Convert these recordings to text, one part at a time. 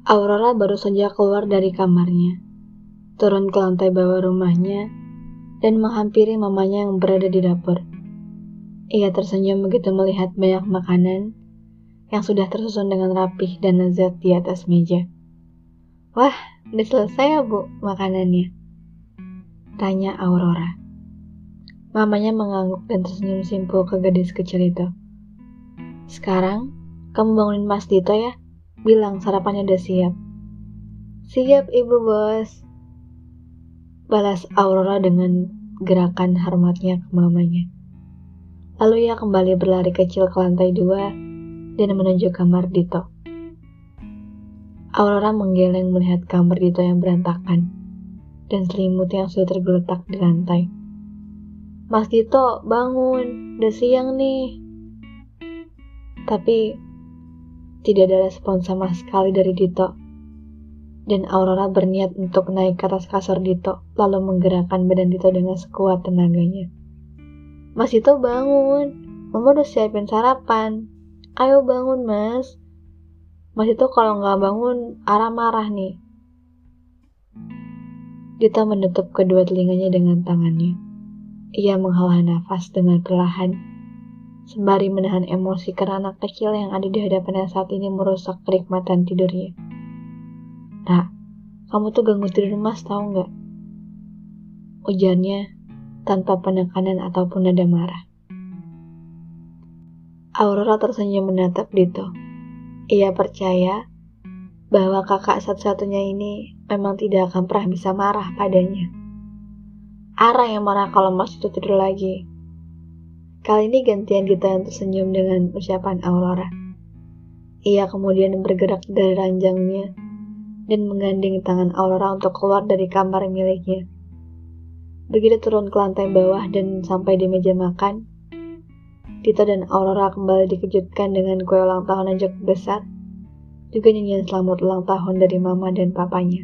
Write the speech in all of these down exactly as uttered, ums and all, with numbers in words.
Aurora baru saja keluar dari kamarnya, turun ke lantai bawah rumahnya, dan menghampiri mamanya yang berada di dapur. Ia tersenyum begitu melihat banyak makanan yang sudah tersusun dengan rapih dan lezat di atas meja. "Wah, udah selesai ya, Bu, makanannya?" tanya Aurora. Mamanya mengangguk dan tersenyum simpul ke gadis kecil itu. "Sekarang, kamu bangunin Mas Dito ya. Bilang sarapannya udah siap." "Siap, Ibu Bos," balas Aurora dengan gerakan hormatnya ke mamanya. Lalu ia kembali berlari kecil ke lantai dua dan menuju kamar Dito. Aurora menggeleng melihat kamar Dito yang berantakan dan selimut yang sudah tergeletak di lantai. "Mas Dito, bangun, udah siang nih." Tapi tidak ada respon sama sekali dari Dito. Dan Aurora berniat untuk naik ke atas kasur Dito, lalu menggerakkan badan Dito dengan sekuat tenaganya. "Mas Dito, bangun, Mama udah siapin sarapan. Ayo bangun, Mas. Mas Dito kalau nggak bangun, Ara marah nih." Dito menutup kedua telinganya dengan tangannya. Ia menghela nafas dengan perlahan, sembari menahan emosi karena anak kecil yang ada di hadapannya saat ini merusak kenikmatan tidurnya. "Ra, kamu tuh ganggu tidur Mas, tahu nggak?" ujarnya tanpa penekanan ataupun nada marah. Aurora tersenyum menatap Dito. Ia percaya bahwa kakak satu-satunya ini memang tidak akan pernah bisa marah padanya. Ara yang marah kalau Mas itu tidur lagi. Kali ini gantian Dito yang tersenyum dengan ucapan Aurora. Ia kemudian bergerak dari ranjangnya dan menggandeng tangan Aurora untuk keluar dari kamar miliknya. Begitu turun ke lantai bawah dan sampai di meja makan, Dito dan Aurora kembali dikejutkan dengan kue ulang tahun yang cukup besar, juga nyanyian selamat ulang tahun dari mama dan papanya.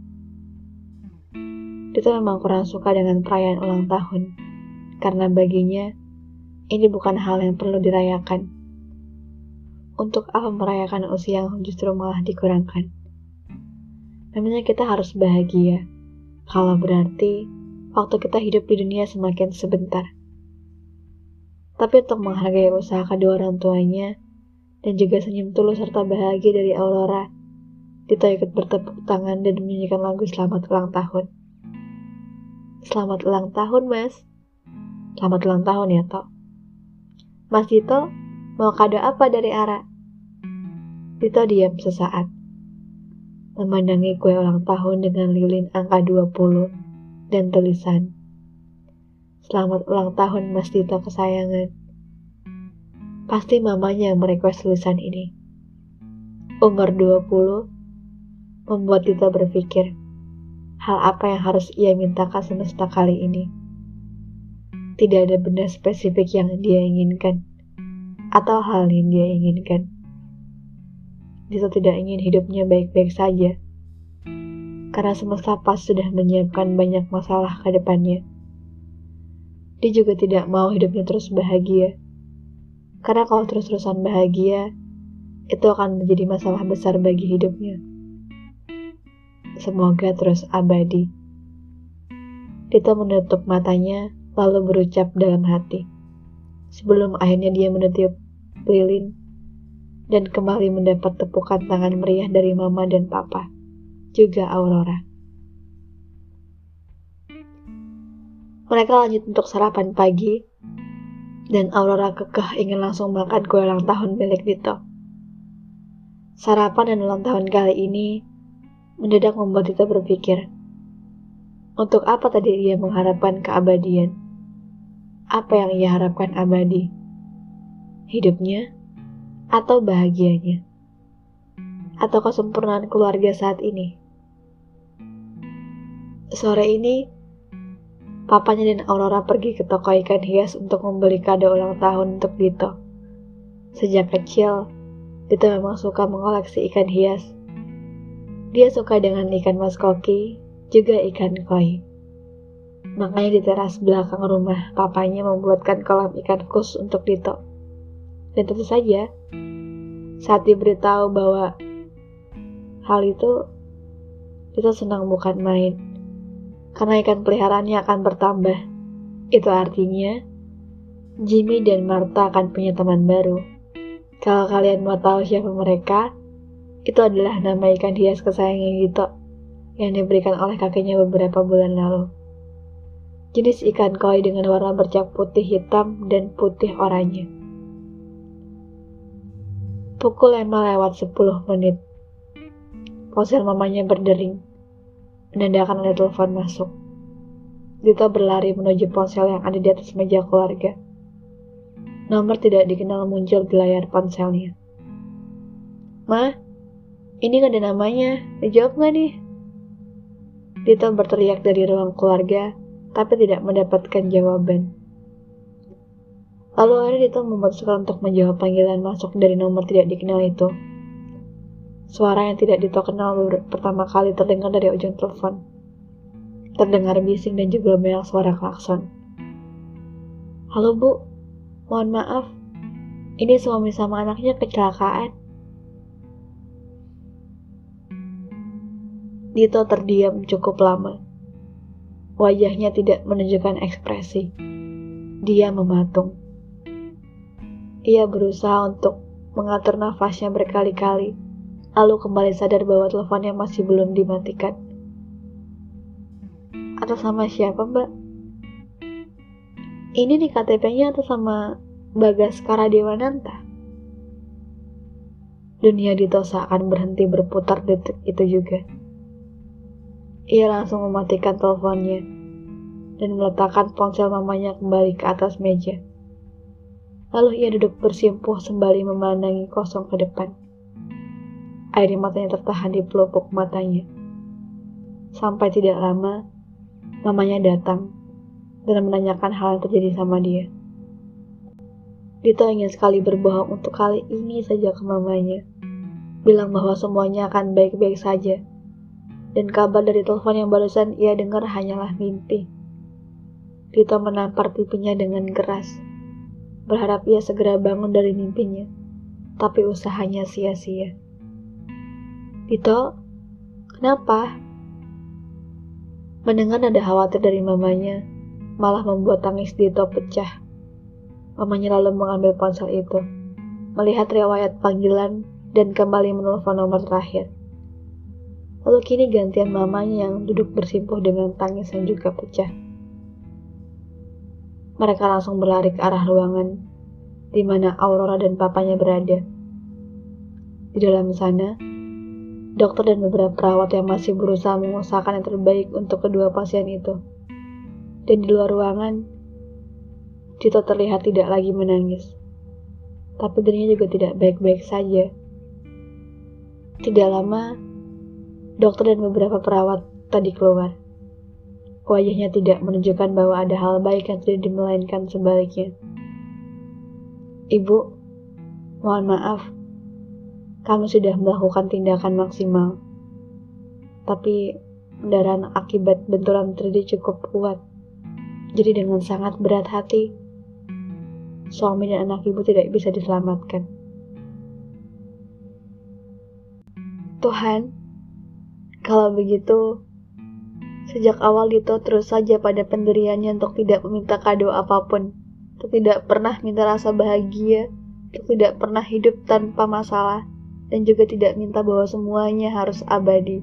Dito memang kurang suka dengan perayaan ulang tahun, karena baginya ini bukan hal yang perlu dirayakan. Untuk apa merayakan usia yang justru malah dikurangkan? Memangnya kita harus bahagia, kalau berarti waktu kita hidup di dunia semakin sebentar. Tapi untuk menghargai usaha kedua orang tuanya, dan juga senyum tulus serta bahagia dari Aurora, Dito ikut bertepuk tangan dan menyanyikan lagu selamat ulang tahun. "Selamat ulang tahun, Mas." "Selamat ulang tahun ya, Tok." "Mas Dito, mau kado apa dari Ara?" Dito diam sesaat, memandangi kue ulang tahun dengan lilin angka dua puluh dan tulisan, "Selamat ulang tahun Mas Dito kesayangan." Pasti mamanya yang merequest tulisan ini. Umur dua puluh membuat Dito berpikir, hal apa yang harus ia mintakan semesta kali ini? Tidak ada benda spesifik yang dia inginkan, atau hal yang dia inginkan. Dito tidak ingin hidupnya baik-baik saja, karena semesta pas sudah menyiapkan banyak masalah ke depannya. Dia juga tidak mau hidupnya terus bahagia, karena kalau terus-terusan bahagia, itu akan menjadi masalah besar bagi hidupnya. Semoga terus abadi. Dito menutup matanya, lalu berucap dalam hati, sebelum akhirnya dia menutup lilin dan kembali mendapat tepukan tangan meriah dari mama dan papa, juga Aurora. Mereka lanjut untuk sarapan pagi, dan Aurora kekeh ingin langsung makan kue ulang tahun milik Dito. Sarapan dan ulang tahun kali ini mendadak membuat Dito berpikir, untuk apa tadi ia mengharapkan keabadian? Apa yang ia harapkan abadi? Hidupnya? Atau bahagianya? Atau kesempurnaan keluarga saat ini? Sore ini, papanya dan Aurora pergi ke toko ikan hias untuk membeli kado ulang tahun untuk Dito. Sejak kecil, Dito memang suka mengoleksi ikan hias. Dia suka dengan ikan mas koki, juga ikan koi. Makanya di teras belakang rumah papanya membuatkan kolam ikan khusus untuk Dito. Dan tentu saja, saat diberitahu bahwa hal itu, Dito senang bukan main. Karena ikan peliharaannya akan bertambah. Itu artinya, Jimmy dan Martha akan punya teman baru. Kalau kalian mau tahu siapa mereka, itu adalah nama ikan hias kesayangan Dito yang diberikan oleh kakeknya beberapa bulan lalu. Jenis ikan koi dengan warna bercak putih hitam dan putih oranye. Pukul lima lewat sepuluh menit. Ponsel mamanya berdering, menandakan ada telepon masuk. Dito berlari menuju ponsel yang ada di atas meja keluarga. Nomor tidak dikenal muncul di layar ponselnya. "Ma, ini gak ada namanya, dijawab gak nih?" Dito berteriak dari ruang keluarga, tapi tidak mendapatkan jawaban. Lalu akhirnya Dito memutuskan untuk menjawab panggilan masuk dari nomor tidak dikenal itu. Suara yang tidak Dito kenal pertama kali terdengar dari ujung telepon. Terdengar bising dan juga banyak suara klakson. "Halo Bu, mohon maaf, ini suami sama anaknya kecelakaan." Dito terdiam cukup lama. Wajahnya tidak menunjukkan ekspresi. Dia mematung. Ia berusaha untuk mengatur nafasnya berkali-kali, lalu kembali sadar bahwa teleponnya masih belum dimatikan. "Atas sama siapa, Mbak?" "Ini di K T P-nya atas sama Bagaskara Dewananta." Dunia Dito seakan berhenti berputar detik itu juga. Ia langsung mematikan teleponnya dan meletakkan ponsel mamanya kembali ke atas meja. Lalu ia duduk bersimpuh sembari memandangi kosong ke depan. Air matanya tertahan di pelupuk matanya. Sampai tidak lama, mamanya datang dan menanyakan hal yang terjadi sama dia. Dito ingin sekali berbohong untuk kali ini saja ke mamanya, bilang bahwa semuanya akan baik-baik saja. Dan kabar dari telepon yang barusan ia dengar hanyalah mimpi. Dito menampar pipinya dengan keras, berharap ia segera bangun dari mimpinya, tapi usahanya sia-sia. "Dito, kenapa?" Mendengar nada khawatir dari mamanya, malah membuat tangis Dito pecah. Mamanya lalu mengambil ponsel itu, melihat riwayat panggilan, dan kembali menelpon nomor terakhir. Lalu kini gantian mamanya yang duduk bersimpuh dengan tangis yang juga pecah. Mereka langsung berlari ke arah ruangan di mana Aurora dan papanya berada. Di dalam sana, dokter dan beberapa perawat yang masih berusaha mengusahakan yang terbaik untuk kedua pasien itu. Dan di luar ruangan, Dito terlihat tidak lagi menangis. Tapi dirinya juga tidak baik-baik saja. Tidak lama, dokter dan beberapa perawat tadi keluar. Wajahnya tidak menunjukkan bahwa ada hal baik yang terjadi, melainkan sebaliknya. "Ibu, mohon maaf. Kami sudah melakukan tindakan maksimal. Tapi pendarahan akibat benturan terjadi cukup kuat. Jadi dengan sangat berat hati, suami dan anak ibu tidak bisa diselamatkan." "Tuhan, kalau begitu, sejak awal Dito terus saja pada pendiriannya untuk tidak meminta kado apapun, untuk tidak pernah minta rasa bahagia, untuk tidak pernah hidup tanpa masalah, dan juga tidak minta bahwa semuanya harus abadi."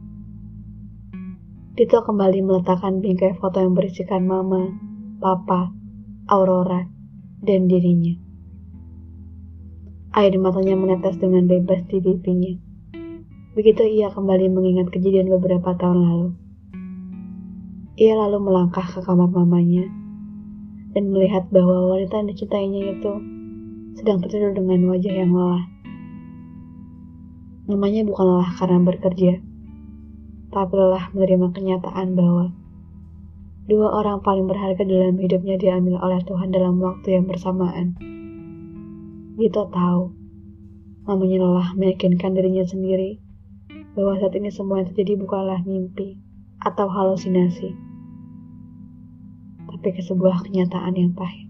Dito kembali meletakkan bingkai foto yang berisikan mama, papa, Aurora, dan dirinya. Air matanya menetes dengan bebas di pipinya. Begitu ia kembali mengingat kejadian beberapa tahun lalu. Ia lalu melangkah ke kamar mamanya dan melihat bahwa wanita yang dicintainya itu sedang tertidur dengan wajah yang lelah. Namanya bukan lelah karena bekerja, tapi lelah menerima kenyataan bahwa dua orang paling berharga dalam hidupnya diambil oleh Tuhan dalam waktu yang bersamaan. Dito tahu, mamanya lelah meyakinkan dirinya sendiri bahwa saat ini semua yang terjadi bukanlah mimpi atau halusinasi, tapi ke sebuah kenyataan yang pahit.